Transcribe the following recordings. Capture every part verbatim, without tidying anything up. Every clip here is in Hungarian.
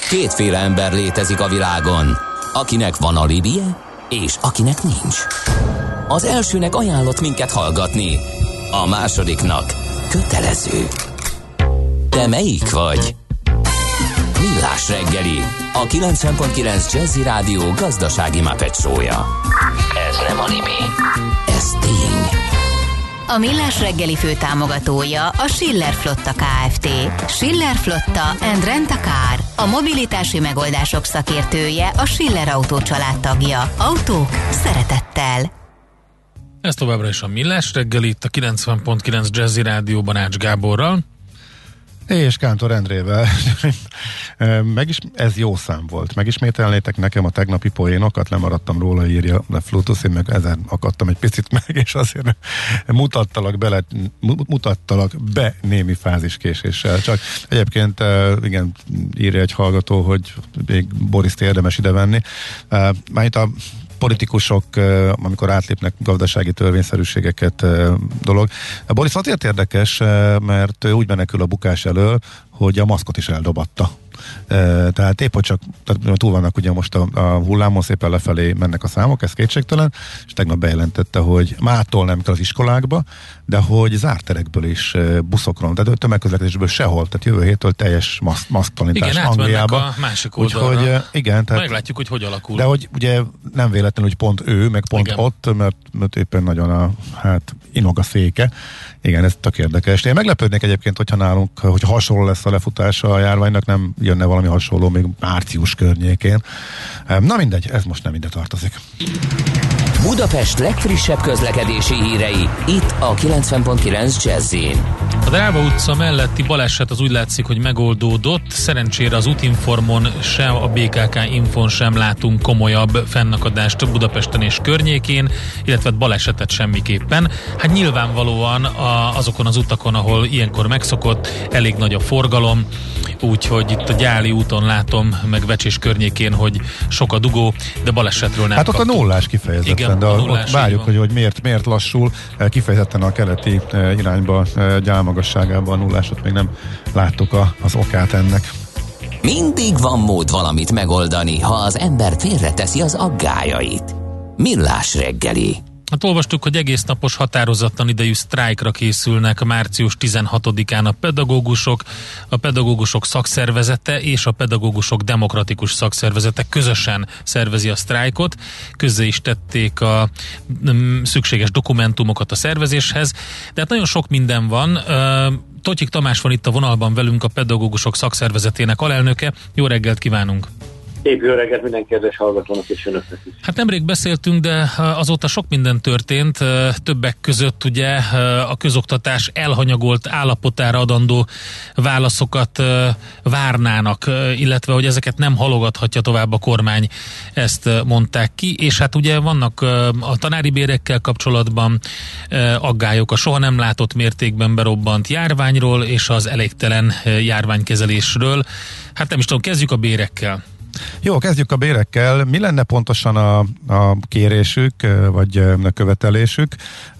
Kétféle ember létezik a világon, akinek van alibije, és akinek nincs. Az elsőnek ajánlott minket hallgatni, a másodiknak kötelező. Te melyik vagy? Millás reggeli, a kilencven pont kilenc Jazzy Rádió gazdasági Muppet show-ja. Ez nem anime, ez tény. A Millás reggeli főtámogatója a Schiller Flotta Kft. Schiller Flotta and Rent a Car. A mobilitási megoldások szakértője, a Schiller Autó család tagja. Autók szeretettel. Ez továbbra is a Millás reggeli, itt a kilencven pont kilenc Jazzy Rádióban Ács Gáborral. És Kántor Endrével. Megis, ez jó szám volt. Megismételnétek nekem a tegnapi poénokat, lemaradtam róla, írja a Flutus, én meg ezen akadtam egy picit meg, és azért mutattalak bele, mutattalak be némi fáziskéséssel. Csak egyébként, igen, írja egy hallgató, hogy még Boriszt érdemes idevenni. Már itt a politikusok, amikor átlépnek gazdasági törvényszerűségeket dolog. A Boris azért érdekes, mert ő úgy menekül a bukás elől, hogy a maszkot is eldobatta. Tehát épp, hogy csak tehát túl vannak ugye most a, a hullámon, szépen lefelé mennek a számok, ez kétségtelen, és tegnap bejelentette, hogy mától nem kell az iskolákba, de hogy zárt terekből is, buszokról, tehát tömegközlekedésből sehol, tehát jövő héttől teljes masz, maszktalanítás Angliába. Igen, a másik oldalra. Úgyhogy igen, tehát, meglátjuk, hogy hogy alakul. De hogy ugye nem véletlenül, hogy pont ő, meg pont igen. ott, mert, mert éppen nagyon a, hát inog a széke. Igen, ez tök érdekes. Én meglepődnék egyébként, hogyha nálunk, hogyha hasonló lesz a lefutása a járványnak, nem jönne valami hasonló még március környékén. Na mindegy, ez most nem ide tartozik. Budapest legfrissebb közlekedési hírei, itt a kilencven pont kilenc Jazzyn. A Dráva utca melletti baleset az úgy látszik, hogy megoldódott. Szerencsére az Útinformon sem, a bé ká ká Infon sem látunk komolyabb fennakadást Budapesten és környékén, illetve balesetet semmiképpen. Hát nyilvánvalóan a, azokon az utakon, ahol ilyenkor megszokott, elég nagy a forgalom, úgyhogy itt a Gyáli úton látom, meg Vecsés környékén, hogy sok a dugó, de balesetről nem Hát ott kaptunk. A nullás kifejezetten, igen, de a nullás, ott várjuk, hogy, hogy miért, miért lassul, kifejezetten a keleti irányba, Gyál magasságában a nullásot még nem láttuk a, az okát ennek. Mindig van mód valamit megoldani, ha az ember félreteszi az aggályait. Millás reggeli. Hát olvastuk, hogy egész napos határozatlan idejű sztrájkra készülnek március tizenhatodikán a pedagógusok, a pedagógusok szakszervezete és a pedagógusok demokratikus szakszervezete közösen szervezi a sztrájkot. Közzé is tették a m, szükséges dokumentumokat a szervezéshez, de hát nagyon sok minden van. Totyik Tamás van itt a vonalban velünk, a pedagógusok szakszervezetének alelnöke. Jó reggelt kívánunk! Szép jó reggelt minden kedves hallgatónak és önöknek is. Hát nemrég beszéltünk, de azóta sok minden történt, többek között ugye a közoktatás elhanyagolt állapotára adandó válaszokat várnának, illetve hogy ezeket nem halogathatja tovább a kormány, ezt mondták ki, és hát ugye vannak a tanári bérekkel kapcsolatban aggályok a soha nem látott mértékben berobbant járványról és az elégtelen járványkezelésről. Hát nem is tudom, kezdjük a bérekkel. Jó, kezdjük a bérekkel. Mi lenne pontosan a, a kérésük, vagy a követelésük?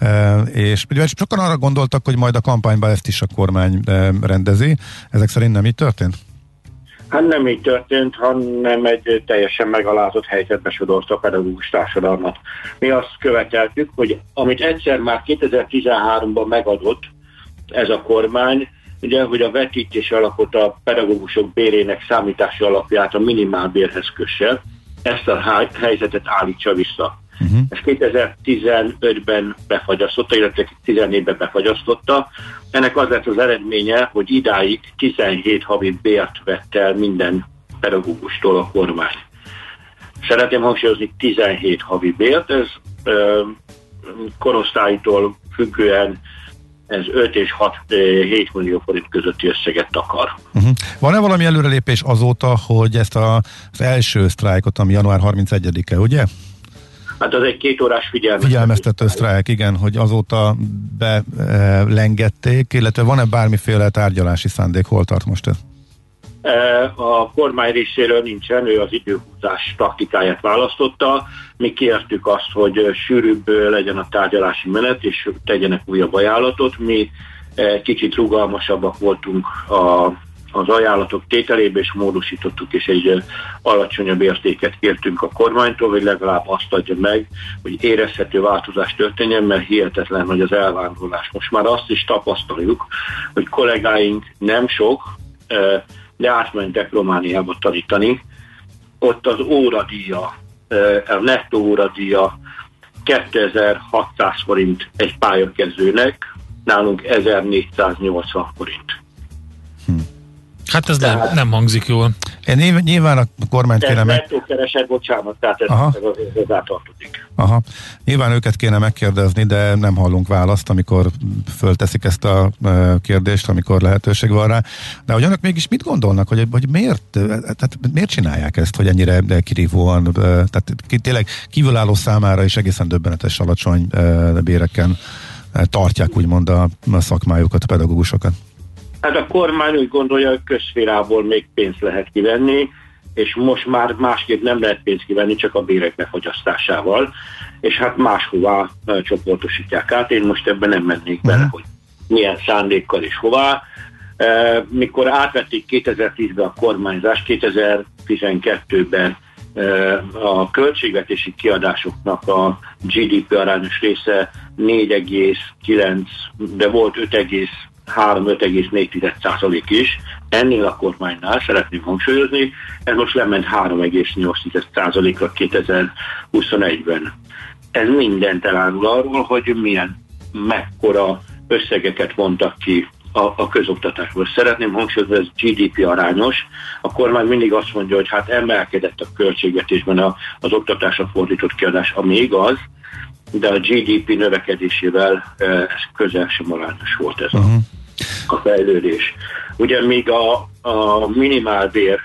És ugye sokan arra gondoltak, hogy majd a kampányban ezt is a kormány rendezi. Ezek szerint nem így történt? Hát nem így történt, hanem egy teljesen megalázott helyzetbe sodorta a pedagógus társadalmat. Mi azt követeltük, hogy amit egyszer már kétezer-tizenháromban megadott ez a kormány, ugye, hogy a vetítés alapot a pedagógusok bérének számítási alapját a minimálbérhez kösse, ezt a helyzetet állítsa vissza. Uh-huh. Ezt kétezer-tizenötben befagyasztotta, illetve tizennégyben befagyasztotta. Ennek az lett az eredménye, hogy idáig tizenhét havi bért vett el minden pedagógustól a kormány. Szeretném hangsúlyozni, tizenhét havi bért, ez ö, korosztálytól függően ez öt és hat-hét millió forint közötti összeget takar. Uh-huh. Van-e valami előrelépés azóta, hogy ezt a, az első sztrájkot, ami január harmincegyedike, ugye? Hát az egy két órás figyelmeztető. Figyelmeztető sztrájk, igen, hogy azóta belengették, illetve van-e bármiféle tárgyalási szándék, hol tart most ez? A kormány részéről nincsen, ő az időhúzás taktikáját választotta. Mi kértük azt, hogy sűrűbb legyen a tárgyalási menet, és tegyenek újabb ajánlatot. Mi kicsit rugalmasabbak voltunk a az ajánlatok tételébe, és módosítottuk, és egy alacsonyabb értéket kértünk a kormánytól, hogy legalább azt adja meg, hogy érezhető változás történjen, mert hihetetlen nagy az elvándorlás. Most már azt is tapasztaljuk, hogy kollégáink nem sok, de átmentek Romániába tanítani. Ott az óradíja, a nettó óradíja kétezer-hatszáz forint egy pályakezdőnek, nálunk ezernégyszáznyolcvan forint. Hm. Hát ez tehát, nem, nem hangzik jól. Én nyilván a kormányt kéne meg... nettó keresett, bocsánat, tehát ez, ez hozzátartozik. Aha. Nyilván őket kéne megkérdezni, de nem hallunk választ, amikor fölteszik ezt a kérdést, amikor lehetőség van rá. De hogy önök mégis mit gondolnak, hogy, hogy miért, tehát miért csinálják ezt, hogy ennyire kirívóan, tehát tényleg kívülálló számára is egészen döbbenetes alacsony béreken tartják úgymond a, a szakmájukat, a pedagógusokat? Hát a kormány úgy gondolja, hogy közszférából még pénzt lehet kivenni, és most már másképp nem lehet pénzt kivenni, csak a bérek befogyasztásával, és hát máshová uh, csoportosítják át. Én most ebben nem mennék bele, uh-huh. hogy milyen szándékkal és hová. Uh, mikor átvették kétezer-tízben a kormányzást, kétezer-tizenkettőben uh, a költségvetési kiadásoknak a gé dé pé arányos része négy egész kilenc, de volt öt egész három öt egész négy százalék is. Ennél a kormánynál szeretném hangsúlyozni, ez most lement három egész nyolc százalékra kétezer-huszonegyben. Ez mindent elárul arról, hogy milyen mekkora összegeket vontak ki a, a közoktatásból. Szeretném hangsúlyozni, hogy ez gé dé pé arányos. A kormány mindig azt mondja, hogy hát emelkedett a költségvetésben a, az oktatásra fordított kiadás, ami igaz, de a gé dé pé növekedésével ez közel sem arányos volt ez a, uh-huh. a fejlődés. Ugye még a, a minimálbér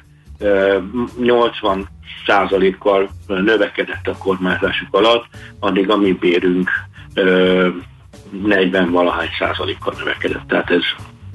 nyolcvan százalékkal növekedett a kormányzásuk alatt, addig a mi bérünk negyven valahány százalékkal növekedett. Tehát ez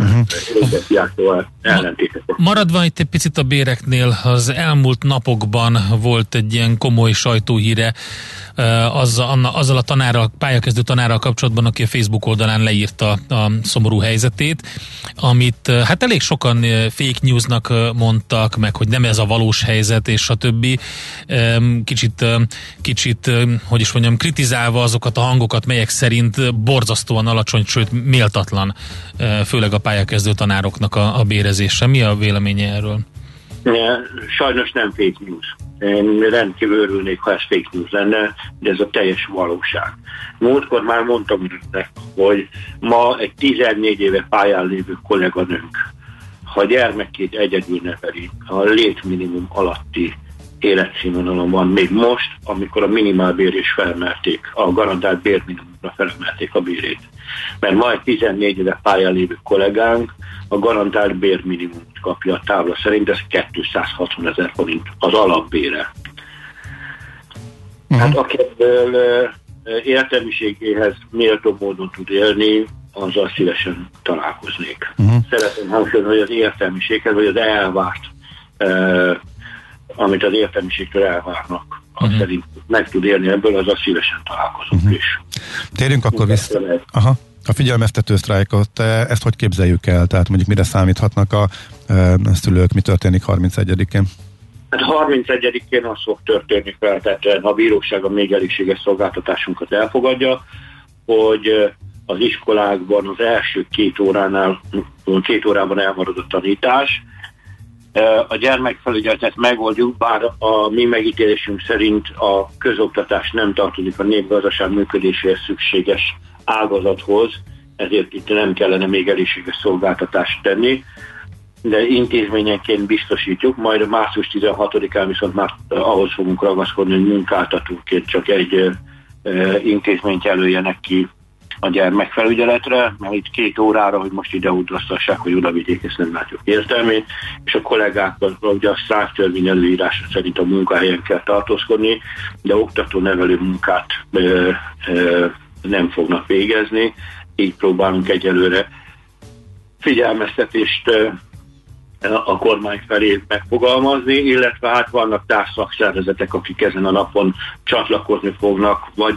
uh-huh. Maradva itt egy picit a béreknél, az elmúlt napokban volt egy ilyen komoly sajtóhíre azzal, azzal a tanárral, pályakezdő tanárral kapcsolatban, aki a Facebook oldalán leírta a szomorú helyzetét, amit hát elég sokan fake newsnak mondtak, meg hogy nem ez a valós helyzet, és a többi. Kicsit, kicsit, hogy is mondjam, kritizálva azokat a hangokat, melyek szerint borzasztóan alacsony, sőt méltatlan, főleg a pályakezdő tanároknak a, a bérezése. Mi a véleménye erről? Sajnos nem fake news. Én rendkívül örülnék, ha ez fake news lenne, de ez a teljes valóság. Múltkor már mondtam önöknek, hogy ma egy tizennégy éve pályán lévő kolléganőnk, ha gyermekét egyedül neveli, a létminimum alatti életszínvonalon van, még most, amikor a minimálbér is felmelték, a garantált bérminimumra felemelték a bérét. Mert ma egy tizennégy éve pályán lévő kollégánk a garantált bérminimumot kapja a tábla szerint, ez kétszázhatvan ezer forint az alapbére. Uh-huh. Hát aki ebből értelmiségéhez méltó módon tud élni, azzal szívesen találkoznék. Uh-huh. Szeretném hangsúlyozni, hogy az értelmiséghez, vagy az elvárt, uh, amit az értelmiségtől elvárnak, uh-huh. szerint meg tud élni ebből, azzal szívesen találkozunk uh-huh. is. Térjünk akkor vissza. Aha. A figyelmeztető sztrájkot, ezt hogy képzeljük el? Tehát mondjuk mire számíthatnak a e, szülők, mi történik harmincegyedikén? Hát harmincegyedikén az fog történni feltétlenül, ha a bíróság a még elégséges szolgáltatásunkat elfogadja, hogy az iskolákban az első két óránál, két órában elmaradott tanítás. A gyermekfelügyeletet megoldjuk, bár a mi megítélésünk szerint a közoktatás nem tartozik a népgazdaság működéséhez szükséges ágazathoz, ezért itt nem kellene még elégséges szolgáltatást tenni, de intézményenként biztosítjuk, majd a március tizenhatodikán viszont már ahhoz fogunk ragaszkodni, hogy munkáltatóként csak egy e, intézményt jelöljenek ki a gyermekfelügyeletre, mert itt két órára, hogy most ide ugrasztassák, hogy oda vigyék, ezt nem látjuk értelmét, és a kollégákkal ugye a sztrájktörvény előírása szerint a munkahelyen kell tartózkodni, de oktató-nevelő munkát e, e, nem fognak végezni, így próbálunk egyelőre figyelmeztetést a kormány felé megfogalmazni, illetve hát vannak társszakszervezetek, akik ezen a napon csatlakozni fognak, vagy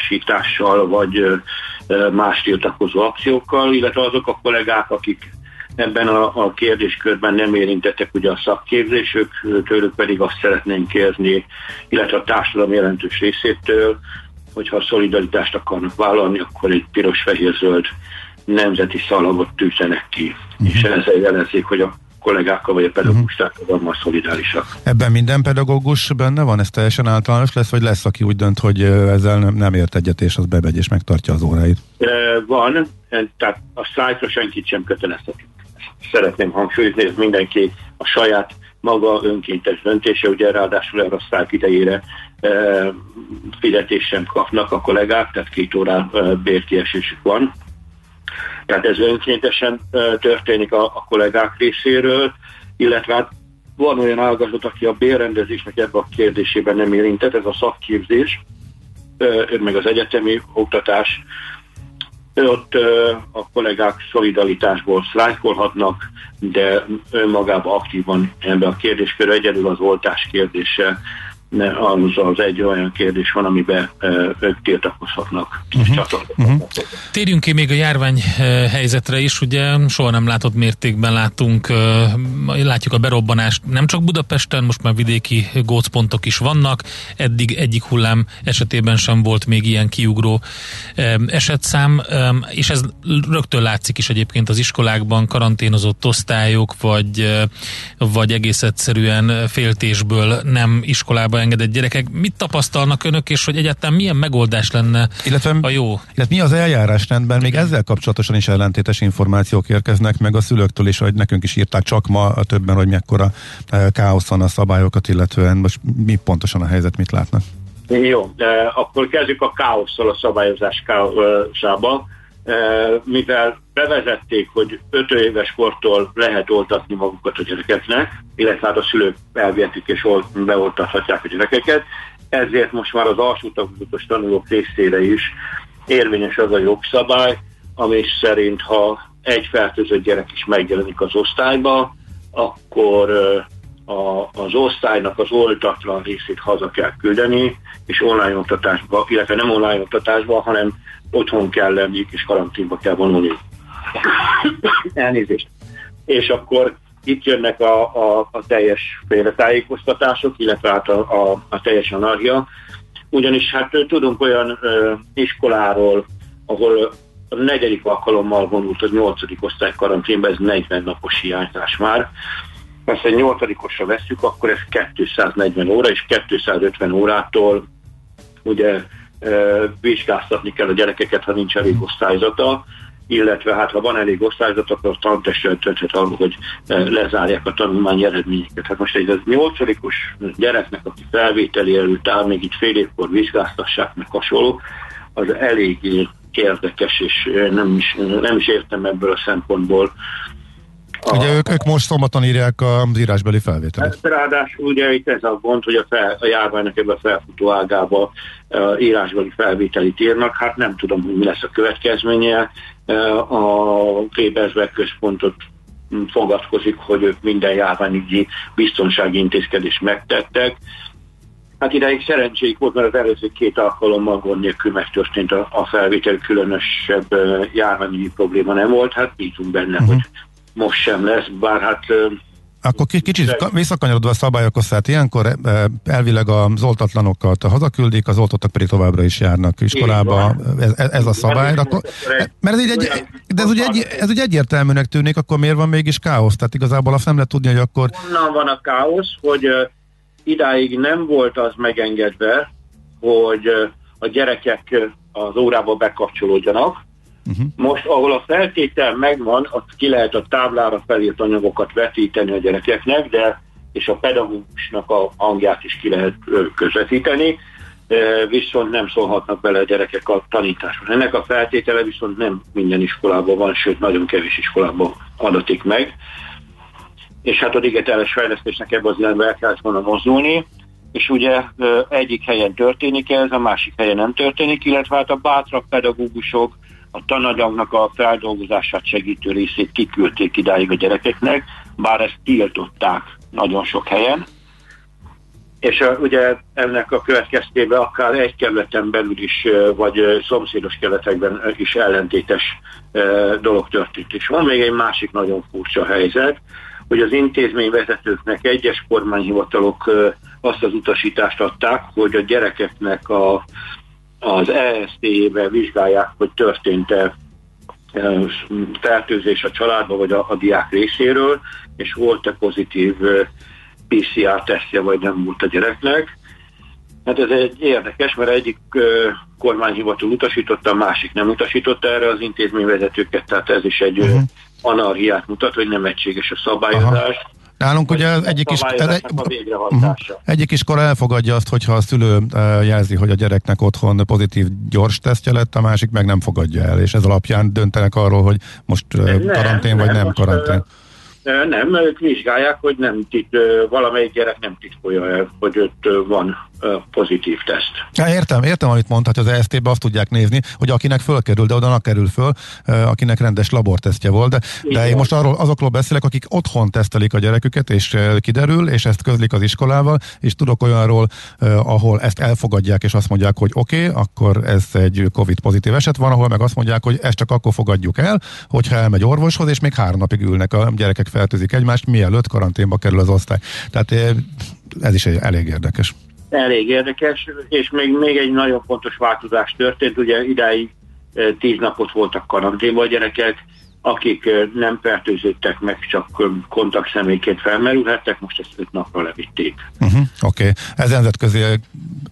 forgalomlassítással, vagy más tiltakozó akciókkal, illetve azok a kollégák, akik ebben a, a kérdéskörben nem érintettek ugye a szakképzésük, tőlük pedig azt szeretnénk kérni, illetve a társadalom jelentős részétől, hogyha a szolidaritást akarnak vállalni, akkor egy piros-fehér-zöld nemzeti szalagot tűzenek ki, uh-huh. és ezzel jelezzék, hogy a kollégákkal vagy a pedagógus társadalommal szolidárisak. Ebben minden pedagógus benne van? Ez teljesen általános lesz, vagy lesz, aki úgy dönt, hogy ezzel nem, nem ért egyet, és az bemegy és megtartja az óráit? Van, tehát a sztrájkra senkit sem kötelezhetünk. Szeretném hangsúlyozni, hogy mindenki a saját maga önkéntes döntése, ugye ráadásul erre a sztrájk idejére e, fizetést sem kapnak a kollégák, tehát két órá e, bérkiesésük van. Tehát ez önkéntesen e, történik a, a kollégák részéről, illetve hát van olyan ágazat, aki a bérrendezésnek ebben a kérdésében nem érintett, ez a szakképzés, e, meg az egyetemi oktatás. Ott ö, a kollégák szolidaritásból sztrájkolhatnak, de önmagában aktívan ebben a kérdéskörben egyedül az oltás kérdése, az, az egy olyan kérdés van, amiben ö, ők tiltakozhatnak. Uh-huh. Uh-huh. Térjünk ki még a járvány helyzetre is, ugye soha nem látott mértékben látunk, látjuk a berobbanást nem csak Budapesten, most már vidéki gócpontok is vannak, eddig egyik hullám esetében sem volt még ilyen kiugró esetszám, és ez rögtön látszik is egyébként az iskolákban, karanténozott osztályok, vagy, vagy egész egyszerűen féltésből nem iskolába engedett gyerekek. Mit tapasztalnak önök, és hogy egyáltalán milyen megoldás lenne illetve, a jó? Illetve mi az eljárásrendben? Még ezzel kapcsolatosan is ellentétes információk érkeznek meg a szülőktől is, hogy nekünk is írták csak ma a többen, hogy mekkora káosz van a szabályokat, illetően most mi pontosan a helyzet, mit látnak? Jó, de akkor kezdjük a káosszal, a szabályozás káoszába. Mivel bevezették, hogy öt éves kortól lehet oltatni magukat a gyerekeknek, illetve hát a szülők elvihetik és beoltathatják a gyerekeket, ezért most már az alsó tagozatos tanulók részére is érvényes az a jogszabály, ami szerint ha egy fertőzött gyerek is megjelenik az osztályba, akkor a, az osztálynak az oltatlan részét haza kell küldeni, és online oktatásba, illetve nem online oktatásba, hanem otthon kell lenni, és karanténba kell vonulni. Elnézést. És akkor itt jönnek a, a, a teljes félretájékoztatások, illetve hát a, a, a teljes anarchia. Ugyanis hát tudunk olyan ö, iskoláról, ahol a negyedik alkalommal vonult az nyolcadik osztály karanténba, ez negyven napos hiányzás már. Ezt egy nyolcadikosra vesszük, akkor ez kétszáznegyven óra, és kétszázötven órától ugye vizsgáztatni kell a gyerekeket, ha nincs elég osztályzata, illetve hát ha van elég osztályzat, akkor a tantestről dönthet arról, hogy lezárják a tanulmányi eredményeket. Hát most egy nyolcadikos gyereknek, aki felvételi előtt áll, még itt fél évkor vizsgáztassák, meg hasonló, az elég érdekes, és nem is, nem is értem ebből a szempontból. A, ugye ők, ők most szombaton írják az írásbeli felvételet. Ráadásul ugye itt ez a gond, hogy a, fel, a járványnak ebben a felfutó ágába uh, írásbeli felvételit írnak. Hát nem tudom, hogy mi lesz a következménye. Uh, a Klebersberg központot fogadkozik, hogy ők minden járványügyi biztonsági intézkedést megtettek. Hát ideig szerencséjük volt, mert az előző két alkalommal gond nélkül megtörtént a, a felvétel, különösebb uh, járványügyi probléma nem volt. Hát bízunk benne, uh-huh. hogy most sem lesz, bár hát... Akkor kicsit visszakanyarodva a szabályokhoz, tehát ilyenkor elvileg az oltatlanokat hazaküldik, az oltottak pedig továbbra is járnak iskolába. Ez, ez a szabály. Akkor, mert ez, egy, de ez ugye, egy, ez ugye egyértelműnek tűnik, akkor miért van mégis káosz? Tehát igazából azt nem lehet tudni, hogy akkor... Onnan van a káosz, hogy idáig nem volt az megengedve, hogy a gyerekek az órába bekapcsolódjanak. Uh-huh. Most, ahol a feltétel megvan, azt ki lehet a táblára felírt anyagokat vetíteni a gyerekeknek, de és a pedagógusnak a hangját is ki lehet közvetíteni, viszont nem szólhatnak bele a gyerekek a tanításban. Ennek a feltétele viszont nem minden iskolában van, sőt nagyon kevés iskolában adatik meg. És hát a digitális fejlesztésnek ebben az irányba el kellett volna mozdulni, és ugye egyik helyen történik ez, a másik helyen nem történik, illetve hát a bátrabb pedagógusok a tananyagnak a feldolgozását segítő részét kiküldték idáig a gyerekeknek, bár ezt tiltották nagyon sok helyen. És a, ugye ennek a következtében akár egy kerületen belül is, vagy szomszédos kerületekben is ellentétes dolog történt. És van még egy másik nagyon furcsa helyzet, hogy az intézményvezetőknek egyes kormányhivatalok azt az utasítást adták, hogy a gyerekeknek a, az E S T-ben vizsgálják, hogy történt-e fertőzés a családba, vagy a, a diák részéről, és volt-e pozitív P C R-tesztje, vagy nem volt a gyereknek. Hát ez egy érdekes, mert egyik uh, kormányhivatal utasította, a másik nem utasította erre az intézményvezetőket, tehát ez is egy uh-huh. anarhiát mutat, hogy nem egységes a szabályozás. Aha. Nálunk ugye az egyik, is, egy, uh-huh. egyik iskola elfogadja azt, hogyha a szülő uh, jelzi, hogy a gyereknek otthon pozitív gyors tesztje lett, a másik meg nem fogadja el, és ez alapján döntenek arról, hogy most uh, nem, karantén vagy nem, nem karantén. Uh, Nem, ők vizsgálják, hogy nem tit, valamelyik gyerek nem titkolja el, hogy ott van pozitív teszt. Ja, értem, értem, amit mondhat, az E S T-be azt tudják nézni, hogy akinek fölkerül, de oda kerül föl, akinek rendes labortesztje volt, de, de én most arról, azokról beszélek, akik otthon tesztelik a gyereküket, és kiderül, és ezt közlik az iskolával, és tudok olyanról, ahol ezt elfogadják, és azt mondják, hogy oké, okay, akkor ez egy Covid pozitív eset, van, ahol meg azt mondják, hogy ezt csak akkor fogadjuk el, hogyha elmegy orvoshoz, és még három napig ülnek, a gyerekek fertőzik egymást, mielőtt karanténba kerül az osztály. Tehát ez is elég érdekes. Elég érdekes, és még, még egy nagyon fontos változás történt, ugye idáig tíz napot voltak karanténban a gyerekek, akik nem fertőzöttek meg, csak kontaktszemélyként felmerülhettek, most ezt öt napra levitték. Uh-huh, Oké, okay. Ez nemzetközileg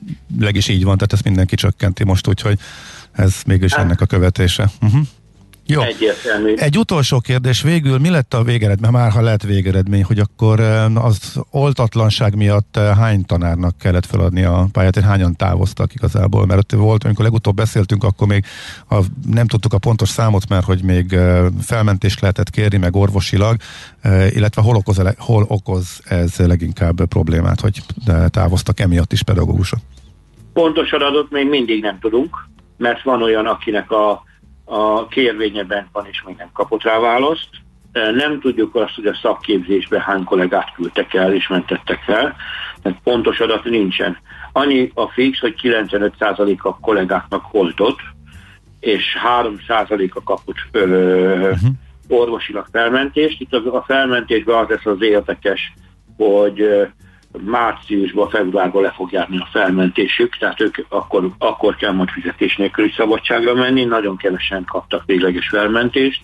is így van, tehát ezt mindenki csökkenti most, úgyhogy ez mégis hát. ennek a követése. Uh-huh. Jó. Egyértelmű. Egy utolsó kérdés végül, mi lett a végeredmény, már ha lett végeredmény, hogy akkor az oltatlanság miatt hány tanárnak kellett feladni a pályát, hányan távoztak igazából, mert ott volt, amikor legutóbb beszéltünk, akkor még a, nem tudtuk a pontos számot, mert hogy még felmentést lehetett kérni, meg orvosilag, illetve hol okoz, hol okoz ez leginkább problémát, hogy távoztak emiatt is pedagógusok? Pontos adatot még mindig nem tudunk, mert van olyan, akinek a a kérvényeben van, és még nem kapott rá választ. Nem tudjuk azt, hogy a szakképzésbe hány kollégát küldtek el, és mentettek fel. Tehát pontos adat nincsen. Annyi a fix, hogy kilencvenöt százalék a kollégáknak oltott, és három százalék a kapott uh-huh. orvosilag felmentést. Itt a felmentésben az lesz az érdekes, hogy márciusban, februárban le fog járni a felmentésük, tehát ők akkor, akkor kell majd fizetés nélküli szabadságra menni, nagyon kevesen kaptak végleges felmentést,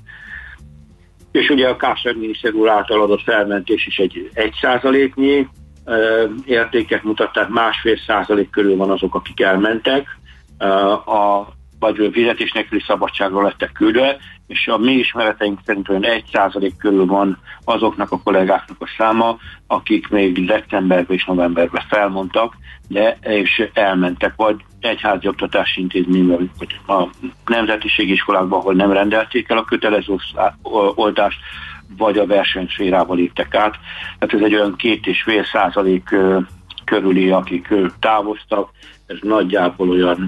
és ugye a Kásler-miniszter úr által adott felmentés is egy egy százaléknyi értéket mutat, tehát másfél százalék körül van azok, akik elmentek, a, vagy fizetés nélküli szabadságra lettek küldve, és a mi ismereteink szerint olyan egy százalék körül van azoknak a kollégáknak a száma, akik még decemberben és novemberben felmondtak, de és elmentek, vagy egyházi oktatási intézményben, vagy a nemzetiségi iskolákban, ahol nem rendelték el a kötelező oltást, vagy a versenyszférába léptek át. Tehát ez egy olyan két és fél százalék körüli, akik távoztak, ez nagyjából olyan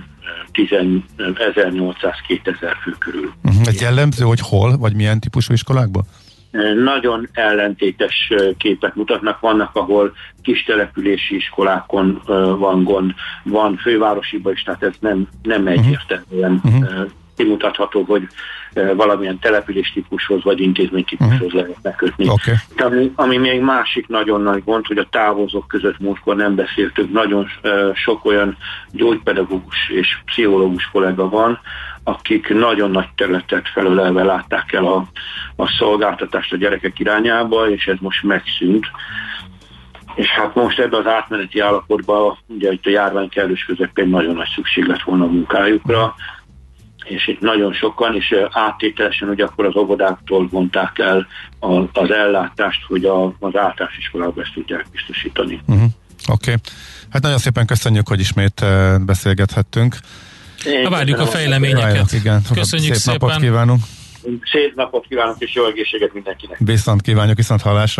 ezernyolcszáz-kétezer fő körül. Uh-huh. Ez jellemző, hogy hol, vagy milyen típusú iskolákban? Nagyon ellentétes képet mutatnak, vannak, ahol kis települési iskolákon van gond, van fővárosiban is, tehát ez nem, nem egyértelműen uh-huh. kimutatható, hogy valamilyen település típushoz vagy intézmény típushoz uh-huh. lehetne kötni. Okay. Ami, ami még másik nagyon nagy gond, hogy a távozók között múltkor nem beszéltünk, nagyon sok olyan gyógypedagógus és pszichológus kollega van, akik nagyon nagy területet felölelve látták el a, a szolgáltatást a gyerekek irányába, és ez most megszűnt. És hát most ebben az átmeneti állapotban, ugye itt a járvány kellős közepén nagyon nagy szükség lett volna a munkájukra, és itt nagyon sokan, és áttételesen ugye akkor az óvodáktól vonták el a, az ellátást, hogy a, az általános iskolában ezt tudják biztosítani. Uh-huh. Oké. Okay. Hát nagyon szépen köszönjük, hogy ismét uh, beszélgethettünk. Ha várjuk a fejleményeket. Igen. Köszönjük szép szépen. napot kívánunk. Szép napot kívánok, és jó egészséget mindenkinek. Viszont kívánjuk, viszont hallásra.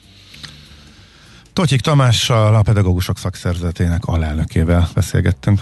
Totyik Tamással, a Pedagógusok Szakszervezetének alelnökével beszélgettünk.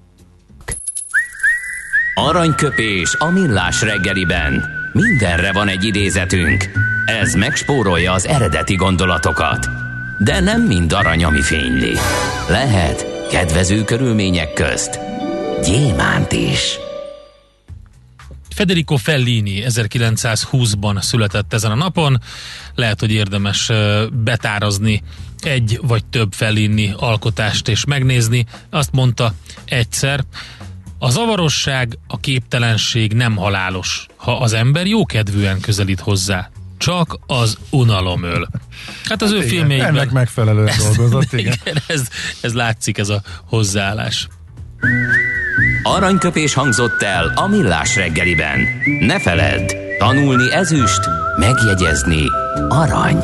Aranyköpés a millás reggeliben. Mindenre van egy idézetünk. Ez megspórolja az eredeti gondolatokat. de nem mind arany, ami fényli. Lehet kedvező körülmények közt gyémánt is. Federico Fellini ezerkilencszázhúszban született ezen a napon. Lehet, hogy érdemes betárazni egy vagy több Fellini alkotást és megnézni. Azt mondta egyszer: a zavarosság, a képtelenség nem halálos, ha az ember jókedvűen közelít hozzá. Csak az unalom öl. Hát az hát ő igen, filmjeiben... Ennek megfelelően dolgozott, igen. igen ez, ez látszik, ez a hozzáállás. Aranyköpés hangzott el a Millás reggeliben. Ne feledd, tanulni ezüst, megjegyezni arany.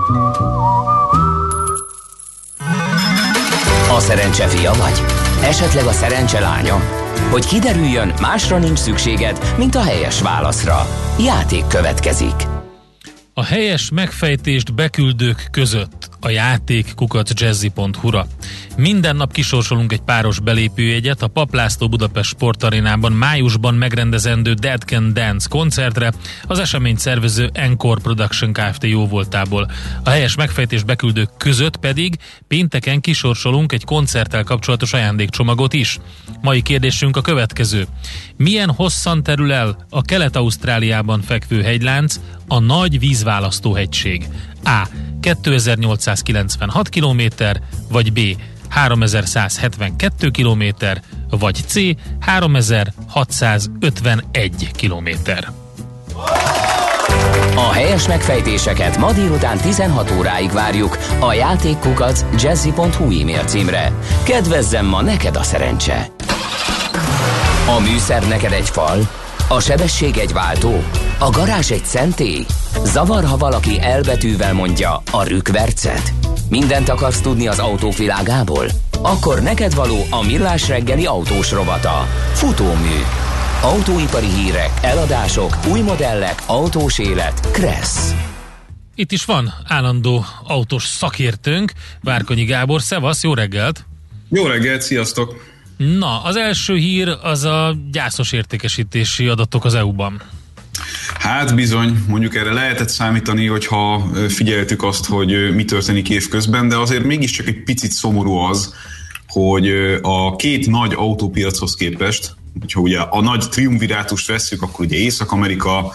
A szerencse fia vagy? Esetleg a szerencse lánya? Hogy kiderüljön, másra nincs szükséged, mint a helyes válaszra. Játék következik. A helyes megfejtést beküldők között a játék kukac jazzy pont hu-ra. Minden nap kisorsolunk egy páros belépőjegyet a Papp László Budapest Sportarénában májusban megrendezendő Dead Can Dance koncertre, az eseményt szervező Encore Production Kft. Jóvoltából. A helyes megfejtés beküldők között pedig pénteken kisorsolunk egy koncerttel kapcsolatos ajándékcsomagot is. Mai kérdésünk a következő: milyen hosszan terül el a Kelet-Ausztráliában fekvő hegylánc, a Nagy Vízválasztó-hegység? A. kétezer-nyolcszázkilencvenhat kilométer, vagy B. háromezer-százhetvenkettő kilométer, vagy C. háromezer-hatszázötvenegy kilométer. A helyes megfejtéseket ma délután tizenhat óráig várjuk a játékkukac jazzy pont hu e-mail címre. Kedvezzem ma neked a szerencse! A műszer neked egy fal, a sebesség egy váltó, a garázs egy szentély. Zavar, ha valaki elbetűvel mondja a rükvercet. Mindent akarsz tudni az autók világából? Akkor neked való a Millás reggeli autós rovata. Futómű. Autóipari hírek, eladások, új modellek, autós élet. Kressz. Itt is van állandó autós szakértőnk, Várkonyi Gábor. Szevasz, jó reggelt! Jó reggelt, sziasztok! Na, az első hír az a gyászos értékesítési adatok az é u-ban. Hát bizony, mondjuk erre lehetett számítani, hogyha figyeltük azt, hogy mi történik évközben, de azért mégiscsak egy picit szomorú az, hogy a két nagy autópiachoz képest, hogyha ugye a nagy triumvirátust vesszük, akkor ugye Észak-Amerika,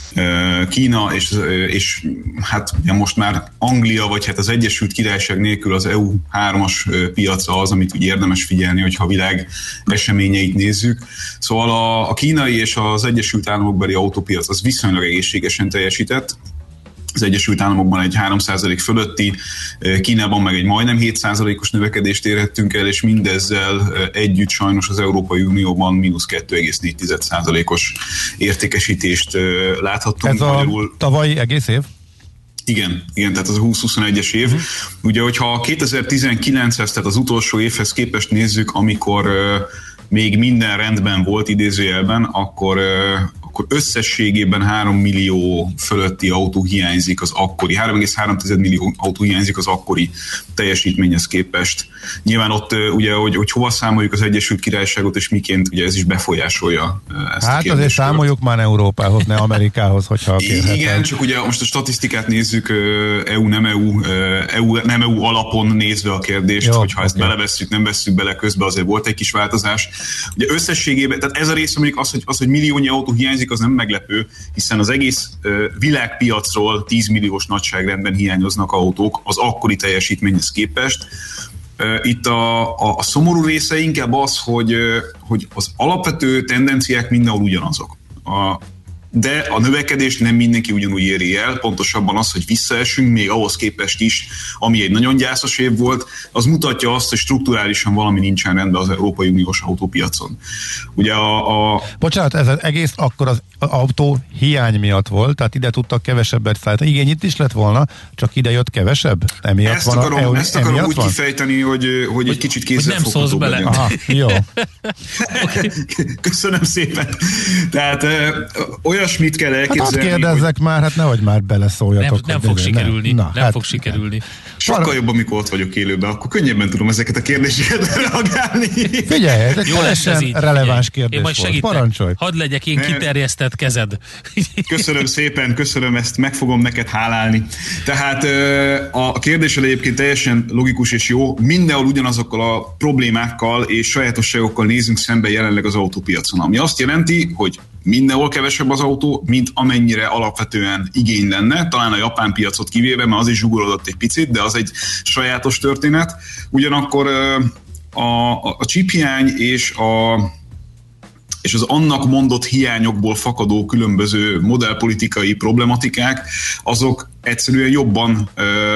Kína és, és hát ugye most már Anglia, vagy hát az Egyesült Királyság nélkül az é u hármas piaca az, amit ugye érdemes figyelni, hogyha a világ eseményeit nézzük. Szóval a, a kínai és az Egyesült Államokbeli autópiac az viszonylag egészségesen teljesített. Az Egyesült Államokban egy három százalék fölötti, Kínában meg egy majdnem hét százalékos növekedést érhettünk el, és mindezzel együtt sajnos az Európai Unióban mínusz kettő egész négy százalékos értékesítést láthattunk. Ez a magyarul... tavalyi egész év? Igen, igen, tehát az a húsz-huszonegyes év. Uh-huh. Ugye, hogyha kétezer-tizenkilenchez, tehát az utolsó évhez képest nézzük, amikor uh, még minden rendben volt idézőjelben, akkor... Uh, akkor összességében három millió fölötti autó hiányzik az akkori, három egész három millió autó hiányzik az akkori teljesítményhez képest. Nyilván ott ugye, hogy, hogy hova számoljuk az Egyesült Királyságot, és miként ugye ez is befolyásolja ezt hát a kérdéskört. Azért számoljuk már Európához, ne Amerikához, hogyha kérhetem. Igen, csak ugye most a statisztikát nézzük, é u, nem é u, é u, nem é u alapon nézve a kérdést, jó, hogyha okay. ezt belevesszük, nem vesszük bele, közben azért volt egy kis változás. Ugye összességében, tehát ez a része mondjuk az, hogy, az, hogy milliónyi autó hiányzik, az nem meglepő, hiszen az egész uh, világpiacról tíz milliós nagyságrendben hiányoznak autók az akkori teljesítményhez képest. Uh, itt a, a, a szomorú része inkább az, hogy, uh, hogy az alapvető tendenciák mindenhol ugyanazok. A, de a növekedést nem mindenki ugyanúgy éri el, pontosabban az, hogy visszaesünk, még ahhoz képest is, ami egy nagyon gyászos év volt, az mutatja azt, hogy strukturálisan valami nincsen rendben az Európai Uniós autópiacon. Ugye a... a... Bocsánat, ez az egész akkor az autó hiány miatt volt, tehát ide tudtak kevesebbet szállítani. Igény itt is lett volna, csak ide jött kevesebb? Emiatt ezt van akarom, a, ezt akarom úgy van? kifejteni, hogy, hogy, hogy egy kicsit kézzelfogható legyen. Aha, jó. Köszönöm szépen. Tehát ö, olyasmit kell elképzelni. Hát kérdezzek hogy... már, hát nehogy már beleszóljatok. Nem, nem fog sikerülni. Nem, Na, nem hát, fog sikerülni. Sokkal Par- jobb, amikor ott vagyok élőben, akkor könnyebben tudom ezeket a kérdéseket reagálni. Figyelj, ez egy teljesen releváns kérdés. Én majd segítek. Parancsolj. Hadd legyek én kiterjesztett kezed. Köszönöm szépen, köszönöm, ezt meg fogom neked hálálni. Tehát a kérdésed egyébként teljesen logikus és jó. Mindenhol ugyanazokkal a problémákkal és sajátosságokkal nézünk szembe jelenleg az autópiacon. Ami azt jelenti, hogy mindenhol kevesebb az autó, mint amennyire alapvetően igény lenne. Talán a japán piacot kivéve, mert az is zsugorodott egy picit, de az egy sajátos történet. Ugyanakkor a, a, a chiphiány és a és az annak mondott hiányokból fakadó különböző modellpolitikai problematikák, azok egyszerűen jobban, ö,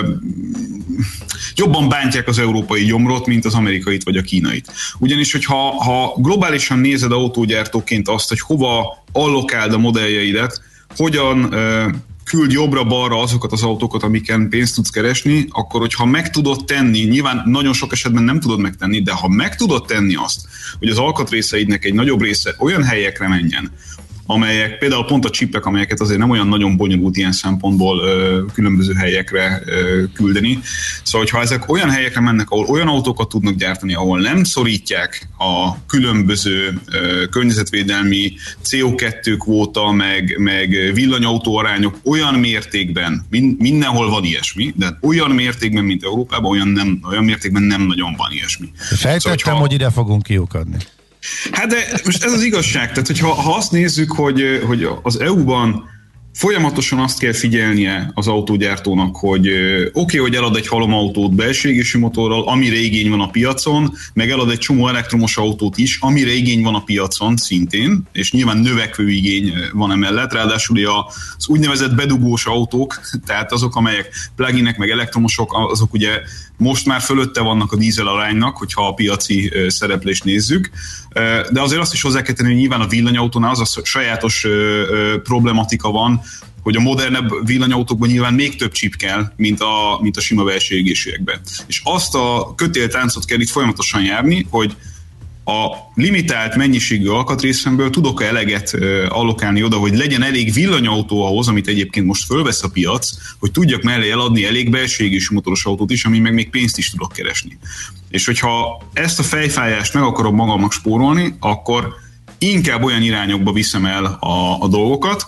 jobban bántják az európai gyomrot, mint az amerikait vagy a kínait. Ugyanis, hogyha ha globálisan nézed autógyártóként azt, hogy hova allokáld a modelljeidet, hogyan ö, küld jobbra-balra azokat az autókat, amiken pénzt tudsz keresni, akkor hogyha meg tudod tenni, nyilván nagyon sok esetben nem tudod megtenni, de ha meg tudod tenni azt, hogy az alkatrészeidnek egy nagyobb része olyan helyekre menjen, amelyek például pont a csipek, amelyeket azért nem olyan nagyon bonyolult ilyen szempontból ö, különböző helyekre ö, küldeni. Szóval, ha ezek olyan helyekre mennek, ahol olyan autókat tudnak gyártani, ahol nem szorítják a különböző ö, környezetvédelmi cé o kettő kvóta, meg, meg villanyautó arányok olyan mértékben, min, mindenhol van ilyesmi, de olyan mértékben, mint Európában, olyan, nem, olyan mértékben nem nagyon van ilyesmi. Sejtettem, szóval, hogy ide fogunk kiukadni. Hát de most ez az igazság, tehát hogyha ha azt nézzük, hogy, hogy az é u-ban folyamatosan azt kell figyelnie az autógyártónak, hogy oké, okay, hogy elad egy halomautót belső égésű motorral, amire igény van a piacon, meg elad egy csomó elektromos autót is, amire igény van a piacon szintén, és nyilván növekvő igény van emellett, ráadásul az úgynevezett bedugós autók, tehát azok, amelyek pluginek, meg elektromosok, azok ugye most már fölötte vannak a dízel aránynak, hogyha a piaci szereplést nézzük, de azért azt is hozzá kell tenni, hogy nyilván a villanyautónál az a sajátos problematika van, hogy a modernebb villanyautókban nyilván még több chip kell, mint a, mint a sima belső égésűekben. És azt a kötéltáncot kell itt folyamatosan járni, hogy a limitált mennyiségű alkatrészemből tudok-e eleget allokálni oda, hogy legyen elég villanyautó ahhoz, amit egyébként most fölvesz a piac, hogy tudjak mellé eladni elég belső égésű motoros autót is, ami meg még pénzt is tudok keresni. És hogyha ezt a fejfájást meg akarom magamnak spórolni, akkor inkább olyan irányokba viszem el a, a dolgokat,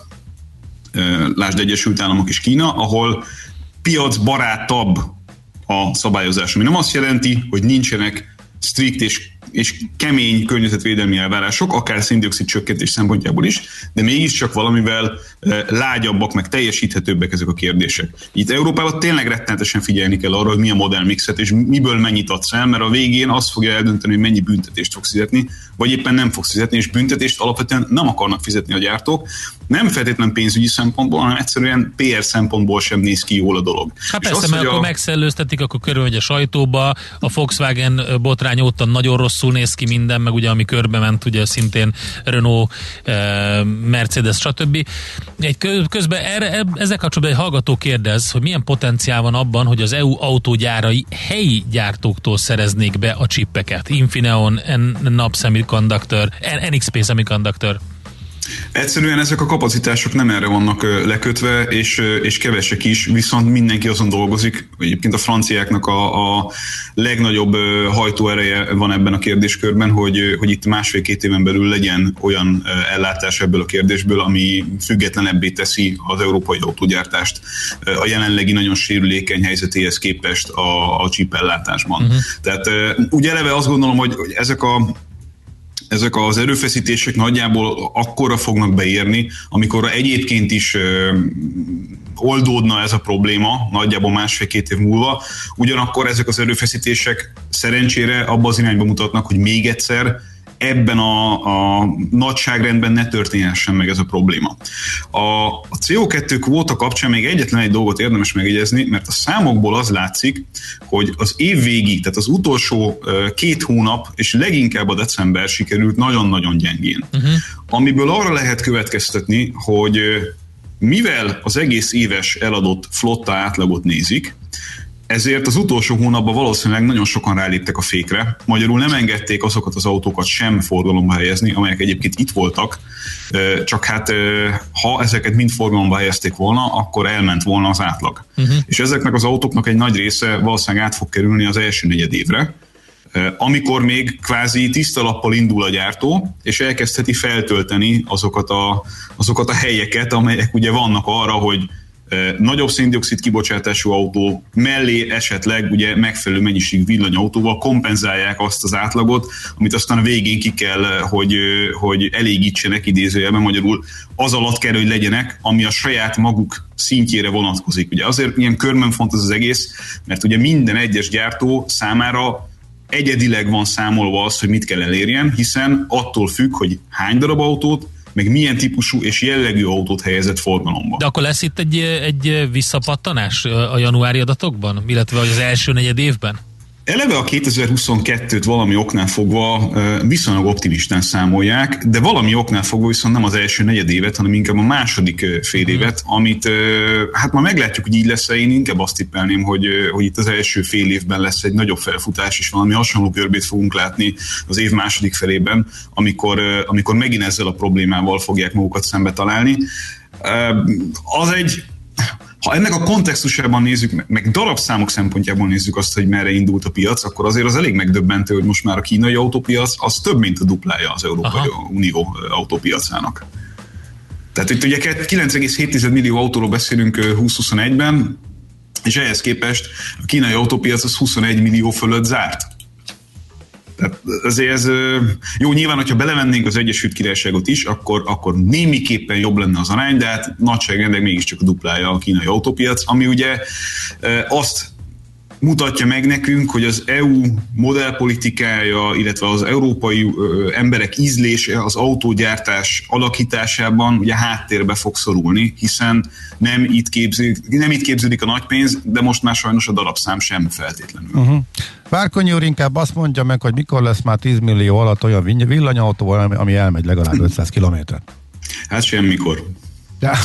lásd Egyesült Államok és Kína, ahol piacbarátabb a szabályozás. Ami nem azt jelenti, hogy nincsenek strikt és, és kemény környezetvédelmi elvárások, akár széndioxid csökkentés szempontjából is, de mégiscsak valamivel lágyabbak, meg teljesíthetőbbek ezek a kérdések. Itt Európában tényleg rettenetesen figyelni kell arra, hogy mi a modellmixet, és miből mennyit adsz el, mert a végén azt fogja eldönteni, hogy mennyi büntetést fogsz fizetni, vagy éppen nem fogsz fizetni, és büntetést alapvetően nem akarnak fizetni a gyártók. Nem feltétlen pénzügyi szempontból, hanem egyszerűen pé er szempontból sem néz ki jól a dolog. Hát persze, az, mert akkor a... megszellőztetik, akkor körülmegy a sajtóba, a Volkswagen botrány óta nagyon rosszul néz ki minden, meg ugye ami körbe ment, ugye szintén Renault, Mercedes, stb. Egy közben erre, ezzel kapcsolatban egy hallgató kérdez, hogy milyen potenciál van abban, hogy az é u autógyárai helyi gyártóktól szereznék be a csippeket. Infineon, N A P Semiconductor, N X P Semiconductor. Egyszerűen ezek a kapacitások nem erre vannak lekötve, és, és kevesek is, viszont mindenki azon dolgozik. Egyébként a franciáknak a, a legnagyobb hajtóereje van ebben a kérdéskörben, hogy, hogy itt másfél-két éven belül legyen olyan ellátás ebből a kérdésből, ami függetlenebbé teszi az európai autógyártást a jelenlegi nagyon sérülékeny helyzetéhez képest a, a chip ellátásban. Uh-huh. Tehát ugye eleve azt gondolom, hogy ezek a Ezek az erőfeszítések nagyjából akkora fognak beérni, amikor egyébként is ö, oldódna ez a probléma, nagyjából másfél-két év múlva. Ugyanakkor ezek az erőfeszítések szerencsére abba az irányba mutatnak, hogy még egyszer ebben a, a nagyságrendben ne történhessen meg ez a probléma. A, a cé o kettő kvóta kapcsán még egyetlen egy dolgot érdemes megjegyezni, mert a számokból az látszik, hogy az év végig, tehát az utolsó két hónap, és leginkább a december sikerült nagyon-nagyon gyengén. Uh-huh. Amiből arra lehet következtetni, hogy mivel az egész éves eladott flotta átlagot nézik, ezért az utolsó hónapban valószínűleg nagyon sokan ráléptek a fékre. Magyarul nem engedték azokat az autókat sem forgalomba helyezni, amelyek egyébként itt voltak, csak hát ha ezeket mind forgalomba helyezték volna, akkor elment volna az átlag. Uh-huh. És ezeknek az autóknak egy nagy része valószínűleg át fog kerülni az első negyed évre, amikor még kvázi tiszta lappal indul a gyártó, és elkezdheti feltölteni azokat a, azokat a helyeket, amelyek ugye vannak arra, hogy nagyobb széndioxid kibocsátású autó mellé esetleg ugye megfelelő mennyiség villanyautóval kompenzálják azt az átlagot, amit aztán a végén ki kell, hogy, hogy elégítsenek idézőjelben, magyarul az alatt kell, hogy legyenek, ami a saját maguk szintjére vonatkozik. Ugye azért ilyen körben fontos az egész, mert ugye minden egyes gyártó számára egyedileg van számolva az, hogy mit kell elérjen, hiszen attól függ, hogy hány darab autót, meg milyen típusú és jellegű autót helyezett forgalomba. De akkor lesz itt egy, egy visszapattanás a januári adatokban, illetve az első negyed évben? Eleve a kétezer-huszonkettőt valami oknál fogva viszonylag optimistán számolják, de valami oknál fogva viszont nem az első negyed évet, hanem inkább a második fél évet, amit hát már meglátjuk, hogy így lesz-e. Én inkább azt tippelném, hogy, hogy itt az első fél évben lesz egy nagyobb felfutás, és valami hasonló görbét fogunk látni az év második felében, amikor, amikor megint ezzel a problémával fogják magukat szembe találni. Az egy... Ha ennek a kontextusában nézzük, meg darabszámok szempontjából nézzük azt, hogy merre indult a piac, akkor azért az elég megdöbbentő, hogy most már a kínai autópiac az több, mint a duplája az Európai Aha. Unió autópiacának. Tehát itt ugye kilenc egész hét millió autóról beszélünk húsz-huszonegyben, és ehhez képest a kínai autópiac az huszonegy millió fölött zárt. Tehát azért ez jó, nyilván, hogyha belevennénk az Egyesült Királyságot is, akkor, akkor némiképpen jobb lenne az arány, de hát nagyságrendileg mégiscsak a duplája a kínai autópiac, ami ugye azt mutatja meg nekünk, hogy az é u modellpolitikája, illetve az európai emberek ízlése az autógyártás alakításában ugye háttérbe fog szorulni, hiszen nem itt képződik, nem itt képződik a nagy pénz, de most már sajnos a darabszám sem feltétlenül. Uh-huh. Várkonyi úr inkább azt mondja meg, hogy mikor lesz már tíz millió alatt olyan villanyautó, ami elmegy legalább ötszáz kilométert. Hát semmikor. Ja.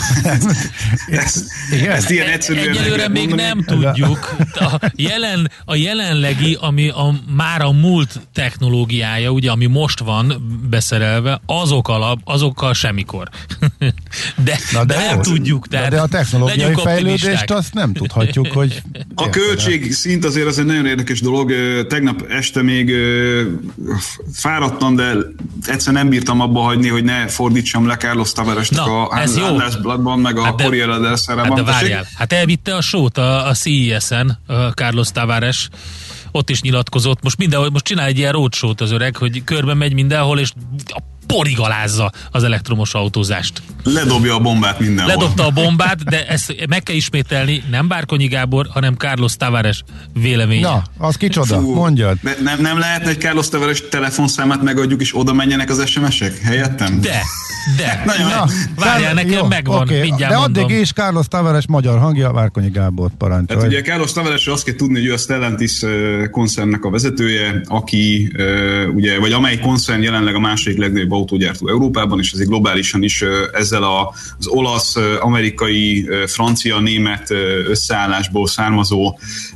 ezt, ezt ilyen egyszerűen egyelőre még mondani. Nem tudjuk. A, jelen, a jelenlegi, ami a, már a múlt technológiája, ugye, ami most van beszerelve, azok alap, azokkal semmikor. De, de, de nem jó, tudjuk. Tehát de a technológiai fejlődést azt nem tudhatjuk, hogy... A költség szint azért az egy nagyon érdekes dolog. Tegnap este még fáradtam, de egyszer nem bírtam abba hagyni, hogy ne fordítsam le Carlos Tavaresnek a Handelsblattban, meg a hát Corriere del Serában. Hát de várjál, hát elvitte a sót a, a cé i es-en, a Carlos Tavares, ott is nyilatkozott, most mindenhol, most csinál egy ilyen roadshow-t az öreg, hogy körbe megy mindenhol, és porigalázza az elektromos autózást. Ledobja a bombát mindenhol. Ledobta a bombát, de ezt meg kell ismételni, nem Várkonyi Gábor, hanem Carlos Tavares véleménye. Na, az kicsoda, Fú, mondjad. Nem, nem lehetne egy Carlos Tavares telefonszámát megadjuk, és oda menjenek az es em es-ek helyettem? De, de. Na, Na, várjál, nekem jó, megvan, okay. mindjárt De mondom. addig is Carlos Tavares magyar hangja, Várkonyi Gábor parancsolj. Hát ugye Carlos Tavaresről azt kell tudni, hogy ő a Stellantis koncernnek a vezetője, aki ugye, vagy amely koncern jelenleg a második legnagyobb autógyártó Európában, és ezért globálisan is ezzel az olasz, amerikai, francia, német összeállásból származó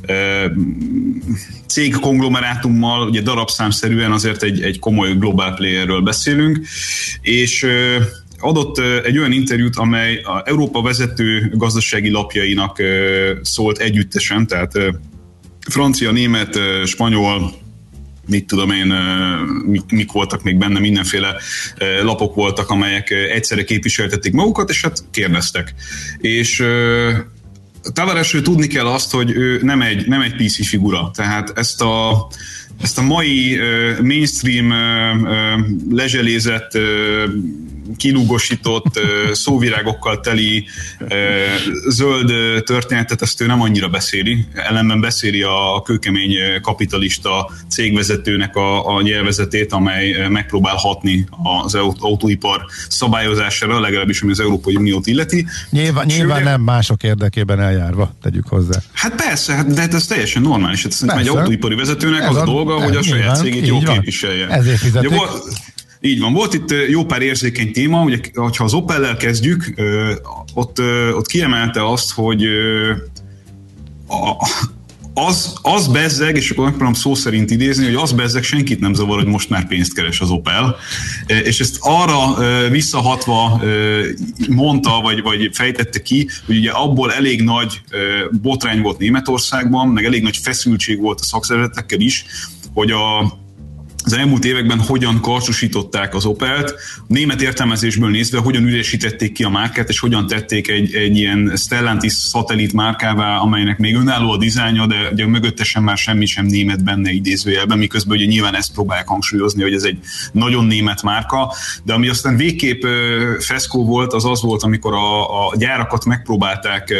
cégkonglomerátummal, ugye darabszámszerűen azért egy, egy komoly globál playerről beszélünk, és adott egy olyan interjút, amely az Európa vezető gazdasági lapjainak szólt együttesen, tehát francia, német, spanyol, mit tudom én, mik, mik voltak még benne, mindenféle lapok voltak, amelyek egyszerre képviseltették magukat, és hát kérdeztek. És Tavaresről tudni kell azt, hogy ő nem egy, nem egy pé cé figura, tehát ezt a, ezt a mai mainstream lezselézett, kilúgosított, szóvirágokkal teli zöld történetet, ezt ő nem annyira beszéli. Ellenben beszéli a kőkemény kapitalista cégvezetőnek a, a nyelvezetét, amely megpróbál hatni az autóipar szabályozására, legalábbis ami az Európai Uniót illeti. Nyilván, nyilván nem mások érdekében eljárva, tegyük hozzá. Hát persze, hát, de hát ez teljesen normális. Hát szerintem egy autóipari vezetőnek ez az a, a dolga, hogy a saját nyilván, cégét jól képviselje. Ezért fizetik. Ugye, így van, volt itt jó pár érzékeny téma, ugye, ha az Opellel kezdjük, ott, ott kiemelte azt, hogy a, az, az bezzeg, és akkor megpróbálom szó szerint idézni, hogy az bezzeg senkit nem zavar, hogy most már pénzt keres az Opel. És ezt arra visszahatva mondta, vagy, vagy fejtette ki, hogy ugye abból elég nagy botrány volt Németországban, meg elég nagy feszültség volt a szakszervezetekkel is, hogy a az elmúlt években hogyan karcsúsították az Opelt, német értelmezésből nézve hogyan üresítették ki a márkát, és hogyan tették egy, egy ilyen Stellantis szatellit márkává, amelynek még önálló a dizájnja, de ugye mögöttesen már semmi sem német benne idézőjelben, miközben ugye nyilván ezt próbálják hangsúlyozni, hogy ez egy nagyon német márka, de ami aztán végképp feszkó volt, az az volt, amikor a, a gyárakat megpróbálták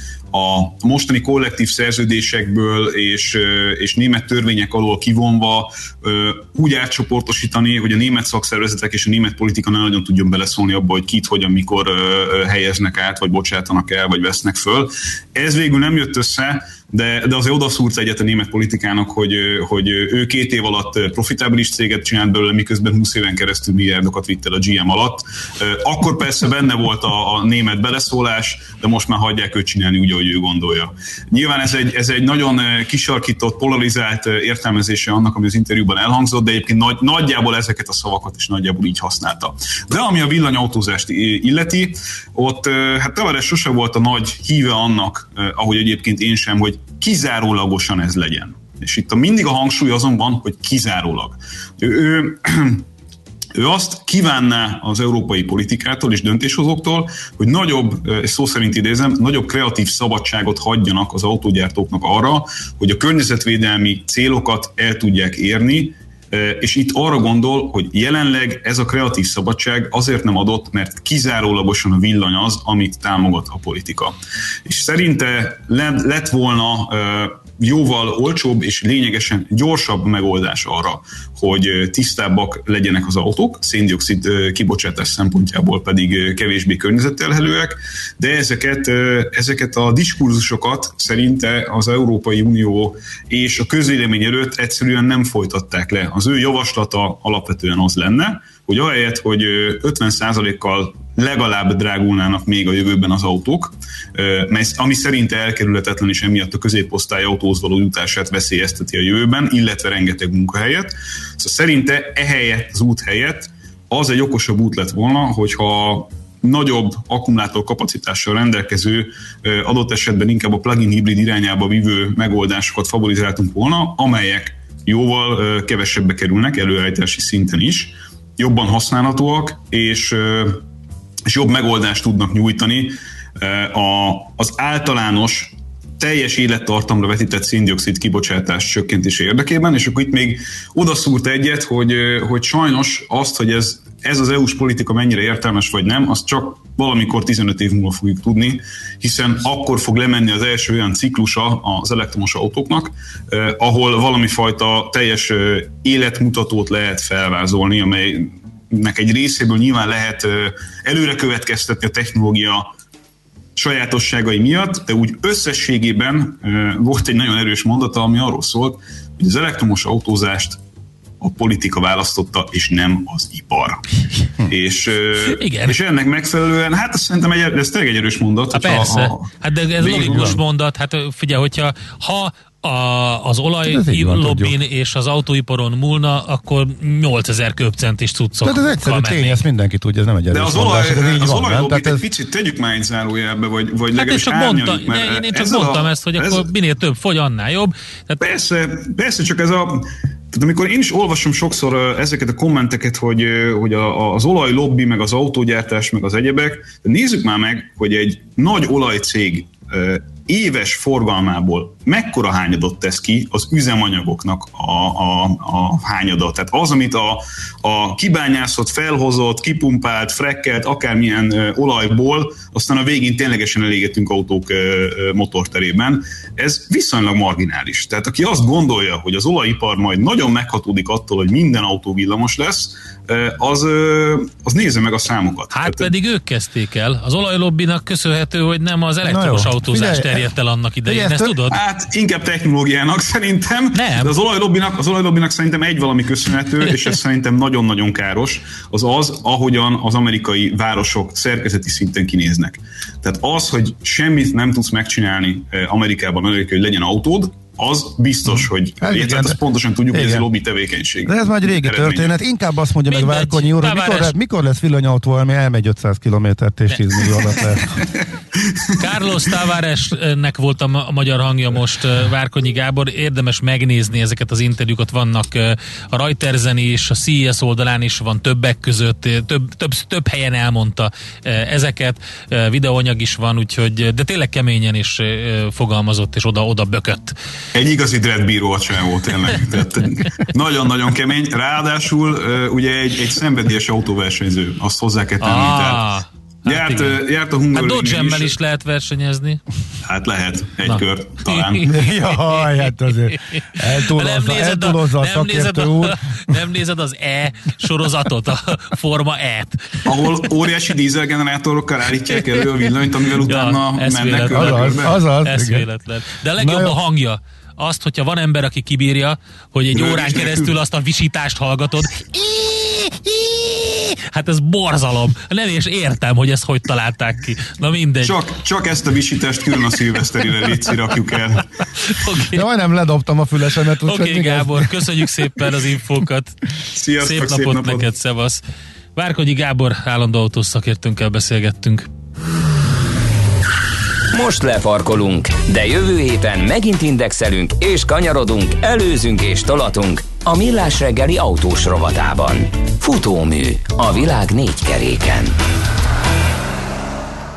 a mostani kollektív szerződésekből és, és német törvények alól kivonva úgy átcsoportosítani, hogy a német szakszervezetek és a német politika ne nagyon tudjon beleszólni abba, hogy kit, hogyan, mikor helyeznek át, vagy bocsátanak el, vagy vesznek föl. Ez végül nem jött össze, de, de azért odaszúrt egyet a német politikának, hogy, hogy ő két év alatt profitábilis céget csinált belőle, miközben húsz éven keresztül milliárdokat vitt el a gé em alatt. Akkor persze benne volt a, a német beleszólás, de most már hagyják őt csinálni úgy, ahogy ő gondolja. Nyilván ez egy, ez egy nagyon kisarkított, polarizált értelmezése annak, ami az interjúban elhangzott, de egyébként nagy, nagyjából ezeket a szavakat is nagyjából így használta. De ami a villanyautózást illeti, ott hát Tavares sose volt a nagy híve annak, ahogy egyébként én sem, hogy kizárólagosan ez legyen. És itt a mindig a hangsúly azon van, hogy kizárólag. Ő, ő, ő azt kívánná az európai politikától és döntéshozóktól, hogy nagyobb, szó szerint idézem, nagyobb kreatív szabadságot hagyjanak az autógyártóknak arra, hogy a környezetvédelmi célokat el tudják érni, és itt arra gondol, hogy jelenleg ez a kreatív szabadság azért nem adott, mert kizárólagosan a villany az, amit támogat a politika. És szerinte lett volna jóval olcsóbb és lényegesen gyorsabb megoldás arra, hogy tisztábbak legyenek az autók, széndioxid kibocsátás szempontjából pedig kevésbé környezetterhelőek, de ezeket, ezeket a diskurzusokat szerinte az Európai Unió és a közvélemény előtt egyszerűen nem folytatták le. Az ő javaslata alapvetően az lenne, hogy ahelyett, hogy ötven százalékkal legalább drágulnának még a jövőben az autók, ami szerinte elkerülhetetlen, és emiatt a középosztály autóhoz való jutását veszélyezteti a jövőben, illetve rengeteg munkahelyet. Szóval szerinte ehelyett, az út helyett az egy okosabb út lett volna, hogyha nagyobb akkumulátor kapacitással rendelkező, adott esetben inkább a plug-in hibrid irányába vívő megoldásokat favorizáltunk volna, amelyek jóval kevesebbe kerülnek előállítási szinten is, jobban használhatóak, és, és jobb megoldást tudnak nyújtani a, az általános teljes élettartamra vetített széndioxid kibocsátás csökkentése érdekében, és akkor itt még odaszúrt egyet, hogy, hogy sajnos azt, hogy ez, ez az é u-s politika mennyire értelmes vagy nem, azt csak valamikor tizenöt év múlva fogjuk tudni, hiszen akkor fog lemenni az első olyan ciklusa az elektromos autóknak, eh, ahol valami fajta teljes eh, életmutatót lehet felvázolni, amelynek egy részéből nyilván lehet eh, előre következtetni a technológia sajátosságai miatt, de úgy összességében eh, volt egy nagyon erős mondata, ami arról szólt, hogy az elektromos autózást a politika választotta, és nem az ipar. és, és ennek megfelelően, hát azt szerintem egy, ez tényleg egy erős mondat. Hát persze, a, hát de ez logikus mondat, hát figyelj, hogyha ha a, az olajlobbin és az autóiparon múlna, akkor nyolcezer köbcentis cuccok. De ez egyszerű tény, ezt mindenki tudja, ez nem egy erős de az mondás. Olaj, ez az van, olajlobbit egy ez... picit tegyük már egy zárójelbe, vagy, vagy hát legalábbis árnyaljuk. Mondta, én csak mondtam a, ezt, hogy ez, akkor minél több fogy, annál jobb. Tehát... Persze, persze, csak ez a... Tehát amikor én is olvasom sokszor ezeket a kommenteket, hogy, hogy az olajlobbi, meg az autógyártás, meg az egyebek, de nézzük már meg, hogy egy nagy olajcég éves forgalmából mekkora hányadot tesz ki az üzemanyagoknak a, a, a hányada. Tehát az, amit a, a kibányászott, felhozott, kipumpált, frekkelt, akármilyen ö, olajból, aztán a végén ténylegesen elégetünk autók ö, ö, motorterében, ez viszonylag marginális. Tehát aki azt gondolja, hogy az olajipar majd nagyon meghatódik attól, hogy minden autó villamos lesz, az, az nézze meg a számokat. Hát Tehát, pedig ők kezdték el. Az olajlobbinak köszönhető, hogy nem az elektromos autózás terjedt el annak idején, ezt tudod? Hát inkább technológiának szerintem, nem. De az olajlobbinak, az olajlobbinak szerintem egy valami köszönhető, és ez szerintem nagyon-nagyon káros, az az, ahogyan az amerikai városok szerkezeti szinten kinéznek. Tehát az, hogy semmit nem tudsz megcsinálni Amerikában, Amerikai, hogy legyen autód, az biztos, hogy hát igen, hát azt pontosan tudjuk, igen, hogy ez egy lobby tevékenység. De ez már egy régi történet. Inkább azt mondja Mindegy. meg Várkonyi úr, hogy mikor, mikor lesz villanyautó, ami elmegy ötszáz kilométert és tíz millió alatt lehet. Carlos Tavaresnek volt a magyar hangja most, Várkonyi Gábor. Érdemes megnézni ezeket az interjúkat. Vannak a Reutersen is, a cé es oldalán is van többek között. Több, több, több helyen elmondta ezeket. Videóanyag is van, úgyhogy, de tényleg keményen is fogalmazott, és oda-oda bökött. Egy igazi dreadbíró a csaj volt tényleg. Nagyon-nagyon kemény. Ráadásul ugye egy, egy szenvedélyes autóversenyző. Azt hozzá kell tenni. Ah, tehát járt, hát járt a Hungaroringen hát Dodge-emmel is. is lehet versenyezni. Hát lehet, egy Na. kör talán. Jaj, hát azért eltúlozza a szakértő úr. Nem nézed az E sorozatot, a Forma E-t. Ahol óriási dízelgenerátorokkal állítják elő a villanyt, amivel utána ja, mennek körbe. Az, az, ez véletlen. De a legjobb a hangja. Azt, hogyha van ember, aki kibírja, hogy egy órán keresztül azt a visítást hallgatod. Hát ez borzalom. Nem is értem, hogy ezt hogy találták ki. Na mindegy. Csak, csak ezt a visítást külön a szilveszterire létszi, rakjuk el. Okay. Ja, majdnem ledobtam a fülesemet. Oké, okay, Gábor, ez? Köszönjük szépen az infókat. Sziasztok, szép napot, szép napot neked, szevasz. Várkonyi Gábor állandó autós szakértőnkkel beszélgettünk. Most lefarkolunk, de jövő héten megint indexelünk és kanyarodunk, előzünk és tolatunk a Millás reggeli autós rovatában. Futómű a világ négy keréken.